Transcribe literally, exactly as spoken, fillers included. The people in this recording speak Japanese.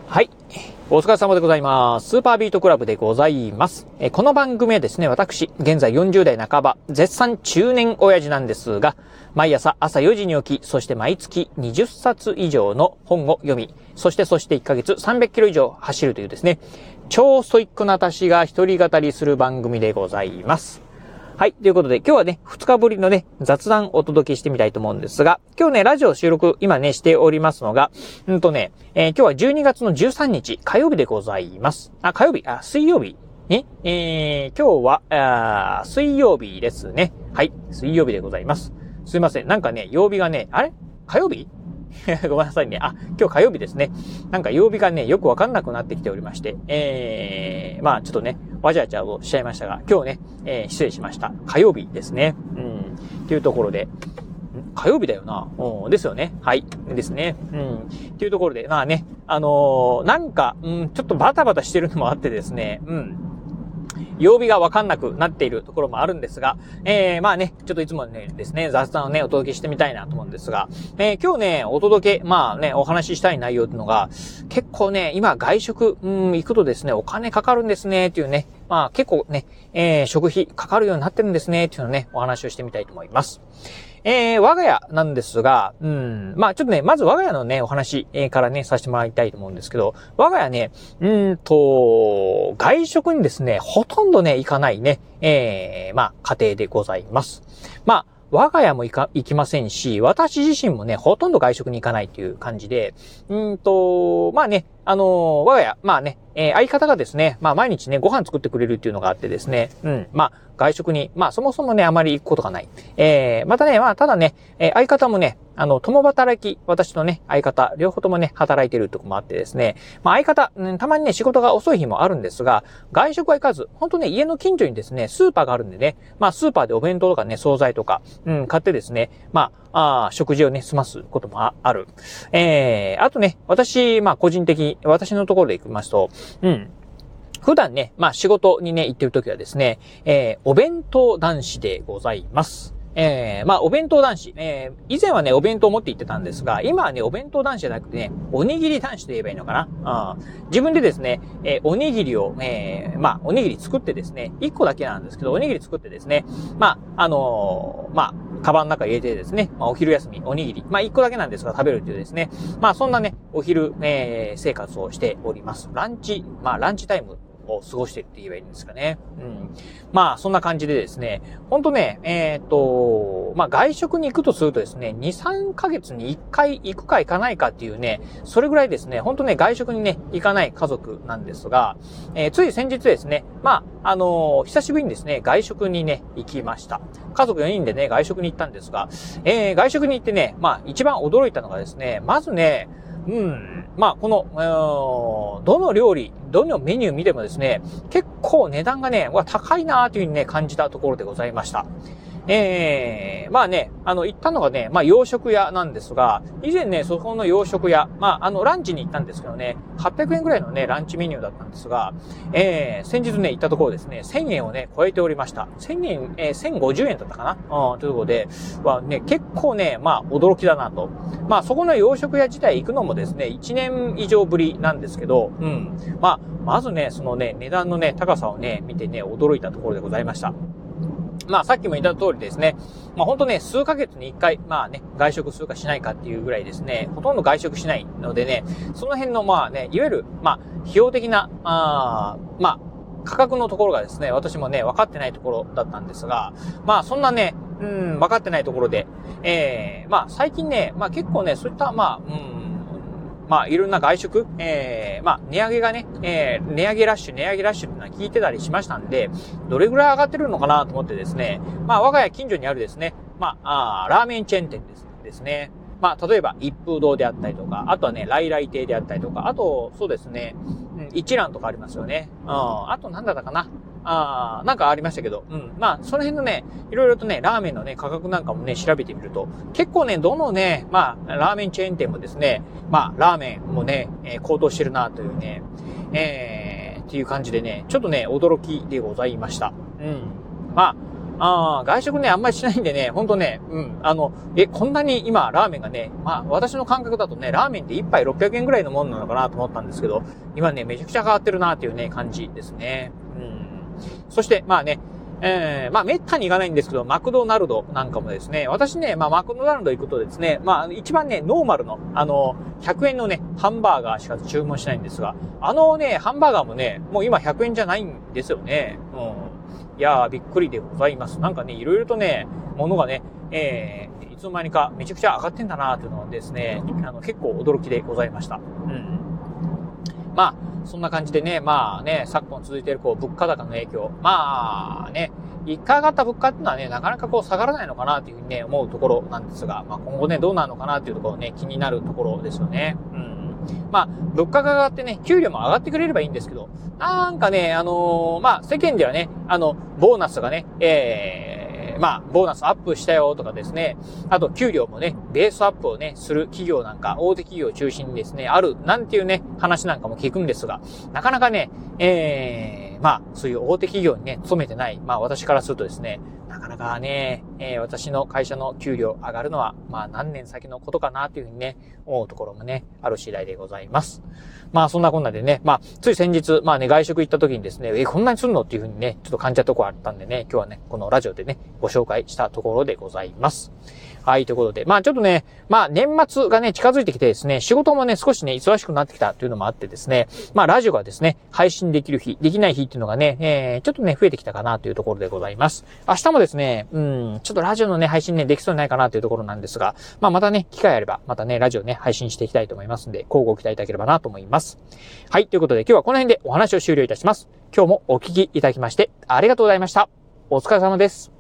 はい。お疲れ様でございます。スーパービートクラブでございます。えこの番組はですね、私、現在よんじゅう代半ば、絶賛中年親父なんですが、毎朝朝よじに起き、そして毎月にじゅっさつ以上の本を読み、そしてそしていっかげつさんびゃくキロ以上走るというですね、超ストイックな私が一人語りする番組でございます。はい。ということで、今日はね、ふつかぶりのね、雑談をお届けしてみたいと思うんですが、今日ね、ラジオ収録、今ね、しておりますのが、うんとね、えー、今日はじゅうにがつのじゅうさんにち、火曜日でございます。あ、火曜日、あ、水曜日ね、えー、今日は、あ水曜日ですね。はい。水曜日でございます。すいません。なんかね、曜日がね、あれ火曜日ごめんなさいね。あ、今日火曜日ですね。なんか曜日がね、よくわかんなくなってきておりまして、えー、まあちょっとね、わちゃわちゃをしちゃいましたが、今日ね、えー、失礼しました。火曜日ですね。うん。っていうところで、火曜日だよな。うん、ですよね。はい。ですね。うん。っていうところで、まあね、あのー、なんか、うん、ちょっとバタバタしてるのもあってですね、うん。曜日がわかんなくなっているところもあるんですが、えー、まあね、ちょっといつもね、ですね、雑談をね、お届けしてみたいなと思うんですが、えー、今日ね、お届け、まあね、お話ししたい内容っていうのが、結構ね、今外食、うん、行くとですね、お金かかるんですね、っていうね、まあ結構ね、えー、食費かかるようになってるんですね、っていうのをね、お話をしてみたいと思います。えー、我が家なんですが、うん、まあちょっとね、まず我が家のね、お話、えー、からね、させてもらいたいと思うんですけど、我が家ね、うんと、外食にですね、ほとんどね、行かないね、えー、まあ家庭でございます。まあ、我が家も行か、行きませんし、私自身もね、ほとんど外食に行かないという感じで、うんと、まあね、あのー、我が家、まあね、えー、相方がですね、まあ毎日ね、ご飯作ってくれるっていうのがあってですね、うん、まあ、外食に、まあそもそもね、あまり行くことがない。えー、またね、まあただね、えー、相方もね、あの、共働き、私とね、相方、両方ともね、働いてるとこもあってですね、まあ相方、うん、たまにね、仕事が遅い日もあるんですが、外食は行かず、ほんとね、家の近所にですね、スーパーがあるんでね、まあスーパーでお弁当とかね、惣菜とか、うん、買ってですね、まあ、あ食事をね、済ますことも あ, ある。えー、あとね、私、まあ個人的、私のところで行きますと、うん、普段ね、まあ仕事にね、行ってるときはですね、えー、お弁当男子でございます。えー、まあ、お弁当男子。えー、以前はね、お弁当を持って行ってたんですが、今はね、お弁当男子じゃなくてね、おにぎり男子と言えばいいのかな。あ自分でですね、えー、おにぎりを、えー、まあ、おにぎり作ってですね、いっこだけなんですけど、おにぎり作ってですね、まあ、あのー、まあ、カバンの中に入れてですね、まあ、お昼休み、おにぎり、まあ、いっこだけなんですが、食べるというですね、まあ、そんなね、お昼、えー、生活をしております。ランチ、まあ、ランチタイムを過ごしてるって言えばいいんですかね。うん。まあ、そんな感じでですね、ほんとね、えっと、まあ、外食に行くとするとですね、に、さんかげつにいっかい行くか行かないかっていうね、それぐらいですね、ほんとね、外食にね、行かない家族なんですが、えー、つい先日ですね、まあ、あのー、久しぶりにですね、外食にね、行きました。家族よにんでね、外食に行ったんですが、えー、外食に行ってね、まあ、一番驚いたのがですね、まずね、うん。まあ、この、どの料理、どのメニュー見てもですね、結構値段がね、高いなーというふうにね、感じたところでございました。ええー、まあね、あの、行ったのがね、まあ洋食屋なんですが、以前ね、そこの洋食屋、まああの、ランチに行ったんですけどね、はっぴゃくえんぐらいのね、ランチメニューだったんですが、ええー、先日ね、行ったところですね、せんえんをね、超えておりました。せんえん、えー、せんごじゅうえんだったかなうん、ということで、はね、結構ね、まあ驚きだなと。まあそこの洋食屋自体行くのもですね、いちねん以上ぶりなんですけど、うん。まあ、まずね、そのね、値段のね、高さをね、見てね、驚いたところでございました。まあさっきも言った通りですね、まあほんとね、数ヶ月にいっかい、まあね、外食するかしないかっていうぐらいですね、ほとんど外食しないのでね、その辺のまあね、いわゆる、まあ、費用的な、あまあ、価格のところがですね、私もね、分かってないところだったんですが、まあそんなね、うん、分かってないところで、ええー、まあ最近ね、まあ結構ね、そういった、まあ、うん、まあ、いろんな外食、ええー、まあ、値上げがね、えー、値上げラッシュ、値上げラッシュっていうのは聞いてたりしましたんで、どれぐらい上がってるのかなと思ってですね、まあ、我が家近所にあるですね、まあ、あラーメンチェーン店ですですね。まあ、例えば、一風堂であったりとか、あとはね、来来亭であったりとか、あと、そうですね、うん、一蘭とかありますよね。うん、あと、なんだったかな。あなんかありましたけど、うん。まあ、その辺のね、いろいろとね、ラーメンのね、価格なんかもね、調べてみると、結構ね、どのね、まあ、ラーメンチェーン店もですね、まあ、ラーメンもね、えー、高騰してるなというね、えー、っていう感じでね、ちょっとね、驚きでございました。うん。まあ、 ああ、外食ね、あんまりしないんでね、ほんとね、うん、あの、え、こんなに今、ラーメンがね、まあ、私の感覚だとね、ラーメンっていっぱいろっぴゃくえんぐらいのもんなのかなと思ったんですけど、今ね、めちゃくちゃ変わってるなっていうね、感じですね。うん。そして、まあね、えー、まあ、めったに行かないんですけど、マクドナルドなんかもですね、私ね、まあ、マクドナルド行くとですね、まあ、一番ね、ノーマルの、あの、ひゃくえんのね、ハンバーガーしか注文しないんですが、あのね、ハンバーガーもね、もう今ひゃくえんじゃないんですよね。うん。いやー、びっくりでございます。なんかね、いろいろとね、物がね、えー、いつの間にかめちゃくちゃ上がってんだなーっていうのはですね、あの、結構驚きでございました。うん。まあ、そんな感じでね、まあね、昨今続いているこう、物価高の影響。まあね、一回上がった物価っていうのはね、なかなかこう下がらないのかなというふうにね、思うところなんですが、まあ今後ね、どうなるのかなというところね、気になるところですよね。うん。まあ、物価が上がってね、給料も上がってくれればいいんですけど、なんかね、あのー、まあ世間ではね、あの、ボーナスがね、えー、まあ、ボーナスアップしたよとかですね、あと給料もね、ベースアップをね、する企業なんか、大手企業を中心にですね、ある、なんていうね、話なんかも聞くんですが、なかなかね、えー、まあ、そういう大手企業にね、勤めてない、まあ私からするとですね、なかなかね、えー、私の会社の給料上がるのは、まあ何年先のことかなというふうにね、思うところもね、ある次第でございます。まあそんなこんなでね、まあ、つい先日、まあね、外食行った時にですね、え、こんなにするのっていうふうにね、ちょっと感じたところあったんでね、今日はね、このラジオでね、ご紹介したところでございます。はい、ということで、まあちょっとね、まあ年末がね、近づいてきてですね、仕事もね、少しね、忙しくなってきたというのもあってですね、まあラジオがですね、配信できる日、できない日っていうのがね、えー、ちょっとね、増えてきたかなというところでございます。明日もですね、うん、ちょっとラジオのね、配信ね、できそうにないかなというところなんですが、まあまたね、機会あれば、またね、ラジオね、配信していきたいと思いますんで、交互期待いただければなと思います。はい、ということで今日はこの辺でお話を終了いたします。今日もお聞きいただきまして、ありがとうございました。お疲れ様です。